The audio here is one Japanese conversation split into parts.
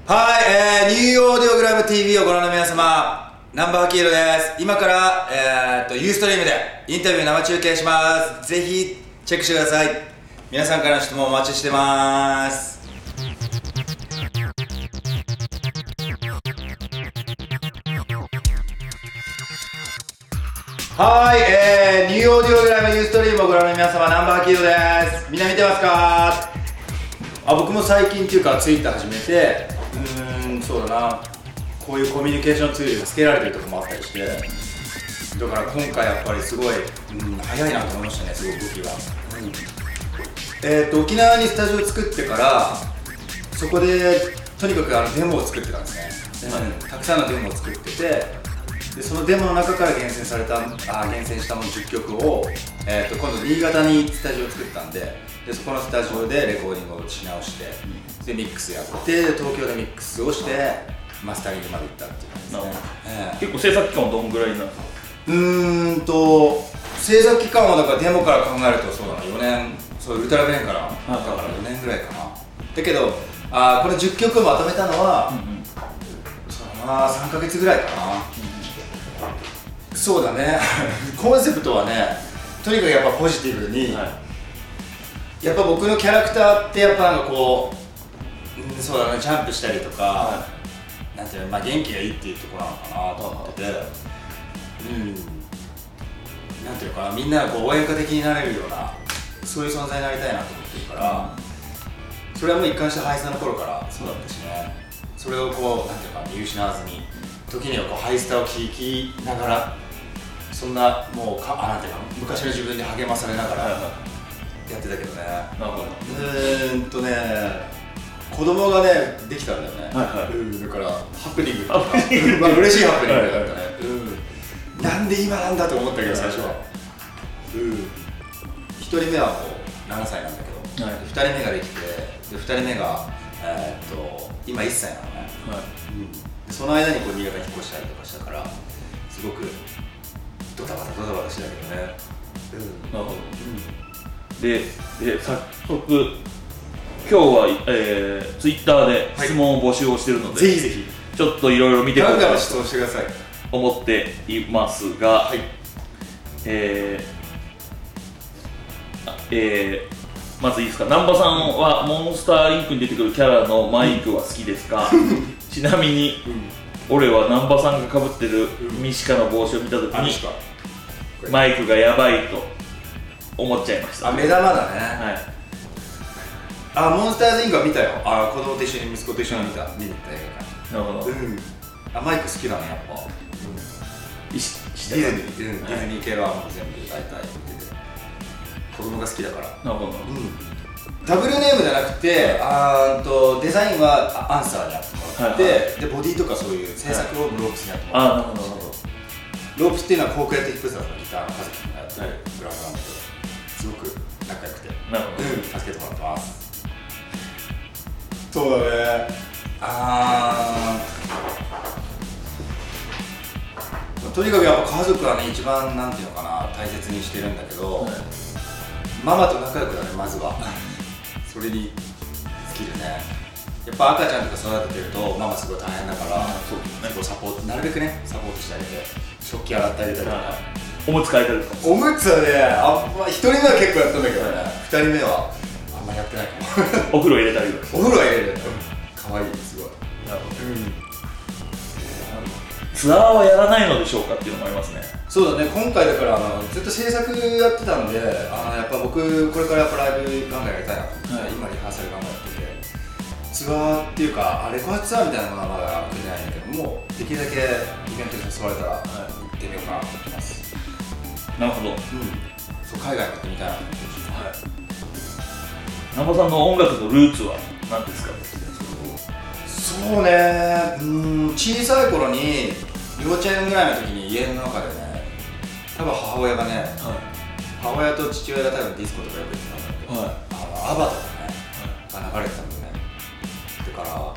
はい、ニューオーディオグラム TV をご覧の皆様、ナンバー黄色です。今から、ユーストリームでインタビュー生中継します。ぜひチェックしてください。皆さんからの質問お待ちしてます。はい、ニューオーディオグラムユーストリームをご覧の皆様、ナンバー黄色です。みんな見てますか？僕も最近っていうかツイッター始めて、そうだな、こういうコミュニケーションツールがつけられてるところもあったりして、だから今回やっぱりすごい、早いなと思いましたね、すごい動きが。沖縄にスタジオ作ってから、そこでとにかくデモを作ってたんですね。たくさんのデモを作ってて、でそのデモの中から厳選したもの10曲を、今度新潟にスタジオを作ったんで、そこのスタジオでレコーディングをし直して、でミックスやって、東京でミックスをしてマスタリングまで行ったっていう感じですね。 結構制作期間はどんぐらいになるんですか？ 制作期間はだからデモから考えるとそうだな、4年、そうウルトラベンからだから4年ぐらいかな。だけどこの10曲をまとめたのは、そうだな、3ヶ月ぐらいかな。そうだねコンセプトはね、とにかくやっぱポジティブに、やっぱ僕のキャラクターってやっぱなんかこう、そうだね、ジャンプしたりとか、なんていうの、元気がいいっていうところなのかなと思ってて、なんていうのかな、みんながこう応援歌的になれるような、そういう存在になりたいなと思ってるから、それはもう一貫してハイスタの頃からそうだったしね、それをこう、なんていうか見失わずに、時にはこうハイスタを聴きながら、そんなもうなんていうか、昔の自分に励まされながらやってたけどね。 なるほど。 子供がねできたんだよね。だからハプニングとか嬉しいハプニングだったね。なんで今なんだと思ったけど最初は。1人目はもう7歳なんだけど、2人目ができて、2人目が今1歳なのね。その間にこう新潟に引っ越したりとかしたから、すごくドタバタしてたけどね。 なるほど。で早速今日は、ツイッターで質問を募集をしているので、 ぜひぜひちょっといろいろ見ていこうと思っていますが、まずいいですか。南波さんはモンスターインクに出てくるキャラのマイクは好きですか？ちなみに、俺は南波さんがかぶってるミシカの帽子を見たときに、マイクがやばいと思っちゃいました。 目玉だね。モンスターズインクは見たよ。子供と一緒に、息子と一緒に見に行った映画かな。なるほど。 マイク好きだね、やっぱ。ディズニー系は全部大体見てて、子供が好きだから。 なるほど。 ダブルネームじゃなくて、デザインはアンサーにやってもらって、でボディとかそういう制作をロープスにやってもらって、ロープスっていうのはコークレーティックプスのギターの家族がやってるブランドなんだけど、すごく仲良くて、助けてもらってます。そうだね。とにかくやっぱ家族はね、一番なんていうのかな、大切にしてるんだけど、ママと仲良くだね、まずは。それに尽きるね。やっぱ赤ちゃんとか育ててるとママすごい大変だから、サポート、なるべくねサポートしてあげて、食器洗ってあげたりとか、 おむつ替えたりとか。 おむつはね、1人目は結構やったんだけどね、2人目はあんまりやってないかも。お風呂入れたりとか。 お風呂は入れる。可愛い、すごい。 ツアーはやらないのでしょうかっていうのもありますね。 そうだね、今回だからずっと制作やってたんで、やっぱ僕これからやっぱライブガンガンやりたいなと思って、今リハーサルガンガンやってて、ツアーっていうかレコ発ツアーみたいなものはまだ組んでないんだけども、できるだけイベントに誘われたら行ってみようかなと思ってます。 なるほど。 そう、海外に行ってみたいなと思ってます。 南波さんの音楽のルーツは何ですか？ そうね、小さい頃に幼稚園ぐらいの時に家の中でね、多分母親がね、母親と父親が多分ディスコとかよく行ってたんだけど、アバとかね、が流れてたんだよね。だからアバか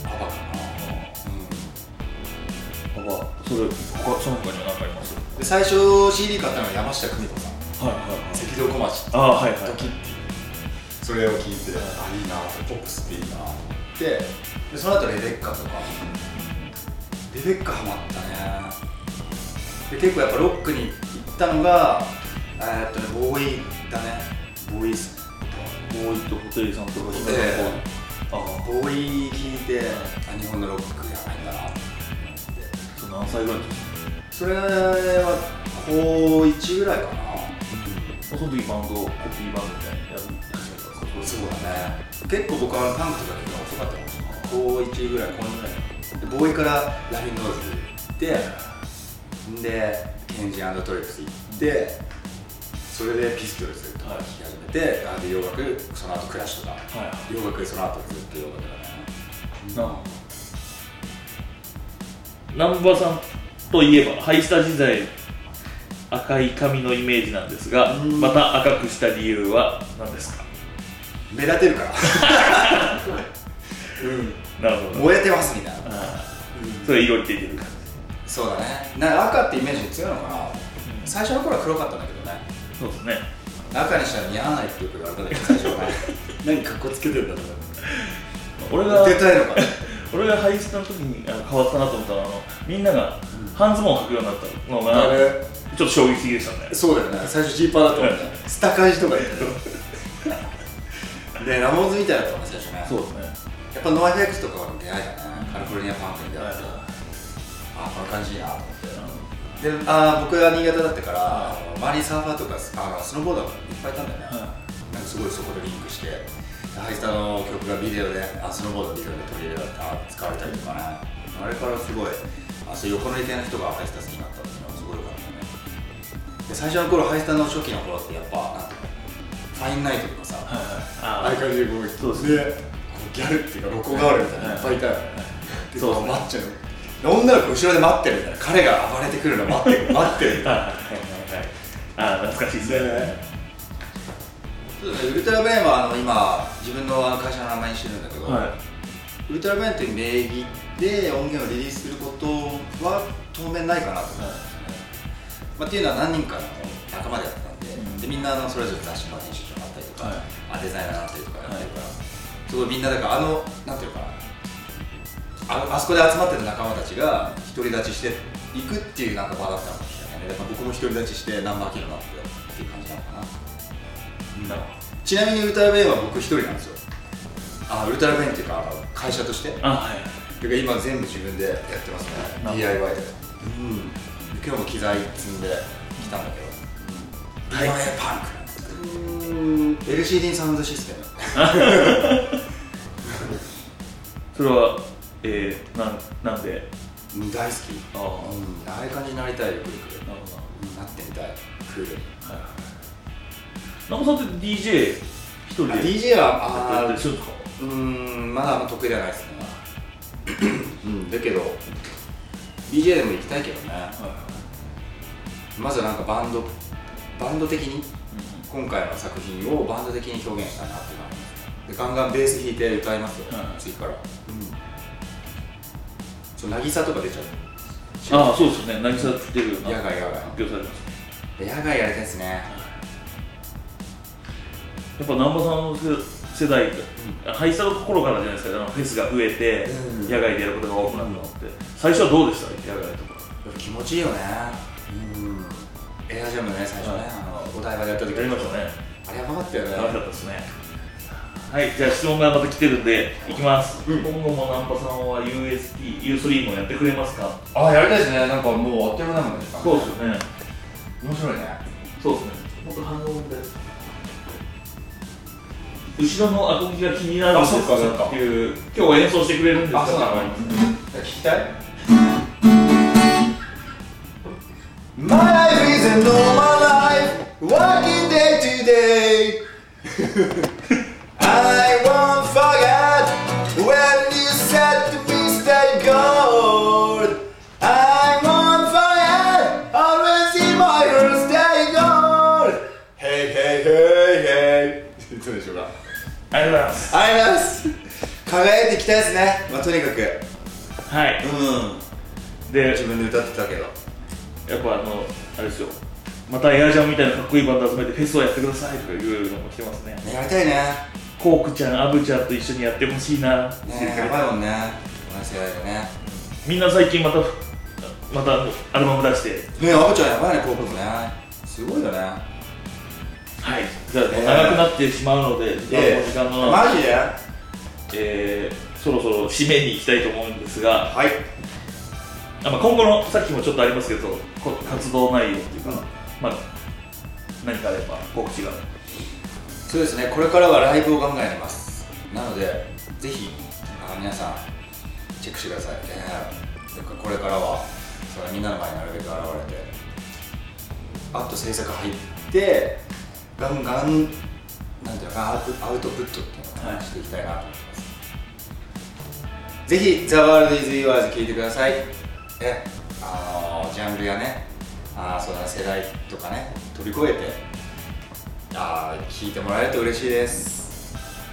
な。 アバ、その他には何かあります？ で最初 CD 買ったのは山下久美子さん、赤道小町、ドキッていう、それを聞いて、いいな、ポップスっていいなってでその後レベッカとか、レベッカハマったね。で結構やっぱロックに行ったのがボーイだね。ボーイとホテイさんとかでボーイ聞いて、日本のロックやばいんだなって。 それ何歳ぐらいですか？ それは高1ぐらいかな。 その時バンド、コピーバンドみたいなやり始めたんですか？ そうだね。結構僕はパンクとか聞くの遅かったかもしれない。高1ぐらい、高2ぐらいでボーイからラフィンノーズ行って、でケンジ&トリックス行って、それでピストルズとか聴き始めて、で洋楽、その後クラッシュとか、洋楽、その後ずっと洋楽だね。 南波さんといえばハイスタ時代赤い髪のイメージなんですが、また赤くした理由は何ですか？ 目立てるからなるほど。 燃えてますみたいな。 それ色に出てる感じ。そうだね。なんか赤ってイメージ強いのかな。最初の頃は黒かったんだけどね。 そうですね。 赤にしたら似合わないってよく言われたんだけど、最初はね。何かっこつけてんだろう。 俺が出たいのかな。 俺がハイスタの時に変わったなと思ったら、みんなが半ズボンを履くようになったのがちょっと衝撃的でしたね。 そうだよね。最初ジーパーだったもんね。スタカジとか言ってたで、ラモーズみたいだったもんね、最初ね。そうですね。やっぱノアフェクスとかの出会いだね。カリフォルニアパンクに出会って、この感じいいなと思って。で、僕は新潟だったから周りにサーファーとかスノーボーダーがいっぱいいたんだよね。なんかすごいそこでリンクして、ハイスタの曲がビデオでスノーボードのビデオで取り入れられた、使われたりとかね。あれからすごいそういう横乗り系の人がハイスタ好きになったっていうのがすごい良かったね。で最初の頃ハイスタの初期の頃ってやっぱなんていうの、ファインナイトとかさ、ああいう感じでこうそうですね、ギャルっていうかロコガールみたいなのいっぱいいたよね。そうマッチョの女の子後ろで待ってるみたいな、彼が暴れてくるの待ってるみたいな。 懐かしいですね。 ウルトラブレーンは今自分の会社の名前にしてるんだけど、ウルトラブレーンという名義で音源をリリースすることは当面ないかなと思って、っていうのは何人かの仲間でやってたんで、みんなそれぞれ雑誌の編集長になったりとか、デザイナーになったりとかやってるから、すごいみんなだからなんていうかな、あそこで集まってた仲間たちが独り立ちしていくっていうなんか場だったのかもしれないね。だから僕も独り立ちしてナンバーキーになってっていう感じなのかな。ちなみにウルトラベインは僕一人なんですよ。ウルトラベインっていうか会社として。てか今全部自分でやってますね。DIY で。今日も機材積んできたんだけど。DIY パンク。LCD サウンドシステム。 それはなんで？ 大好き。ああいう感じになりたいよ、くるくる。なってみたい、クールに。 南波さんって DJ 一人で DJ はやったりするんですか？ まだ得意ではないですね。だけど DJ でも行きたいけどね。まずなんかバンド的に今回の作品をバンド的に表現したいなっていうのがあります。でガンガンベース弾いて歌いますよ、次から。渚とか出ちゃう。 そうですよね。渚出るような野外発表されてます。 野外やりたいですね。 やっぱ南波さんの世代、ハイスタの頃からじゃないですか、フェスが増えて、野外でやることが多くなったのって、最初はどうでした？野外とか。 気持ちいいよね。エアジャムね、最初ね、お台場でやった時やりましたね。 あれやばかったよね。 やばかったですね。はい、じゃあ質問がまた来てるんでいきます。今後も南波さんは U3 もやってくれますか？ やりたいですね。なんかもうあっという間なので。 そうですよね。 面白いね。 そうですね。もっと反応で。後ろのアコギが気になるんですっていう、今日は演奏してくれるんですか？ 聞きたい？ My life is a normal life, working day to day. I won't forget when you said to me stay gold. I won't forget, always in my heart stay gold. Hey, hey, hey, hey. どうでしょうか？ ありがとうございます。 ありがとうございます。輝いていきたいですね。とにかく。 はい。で、 自分で歌ってたけど。 やっぱあれですよ。またエアジャンみたいなかっこいいバンド集めてフェスをやってくださいとかいうのも来てますね。 やりたいね。 コークちゃん、アブちゃんと一緒にやってほしいな。 ねえ、やばいもんね、同じ世代でね。 みんな最近またアルバム出して。 ねえ、アブちゃんやばいね、コークもね。すごいよね。 はい、じゃあもう長くなってしまうので、時間のマジでそろそろ締めに行きたいと思うんですが、 はい。 今後のさっきもちょっとありますけど、活動内容っていうか、何かあれば告知が。 そうですね、これからはライブをガンガンやります。なのでぜひ皆さんチェックしてください。これからはみんなの前になるべく現れて、あと制作入ってガンガンなんていうかアウトプットっていうのをしていきたいなと思ってます。ぜひ The World is Yours 聴いてください。ジャンルやね、世代とかね飛び越えて聞いてもらえると嬉しいです。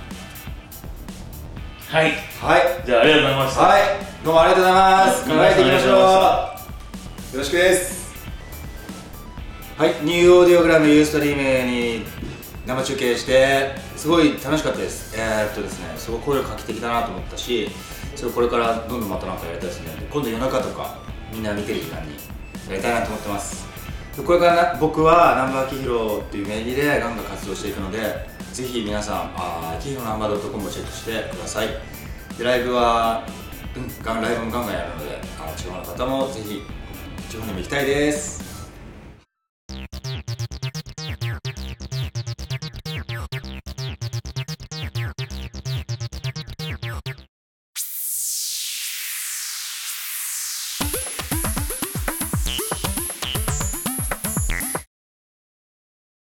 はい、 はい、 じゃあありがとうございました。 はい、どうもありがとうございます。考えていきましょう。よろしくです。はい、ニューオーディオグラムユーストリームに生中継してすごい楽しかったです。ですね、すごい声をかけてきたなと思ったし、これからどんどんまたなんかやりたいですね。今度夜中とかみんな見てる時間にやりたいなと思ってます。これから僕はナンバーキヒロっていう名義でガンガン活動していくので、ぜひ皆さんキヒロナンバー.comをチェックしてください。でライブは、ライブもガンガンやるので、地方の方もぜひ地方にも行きたいです。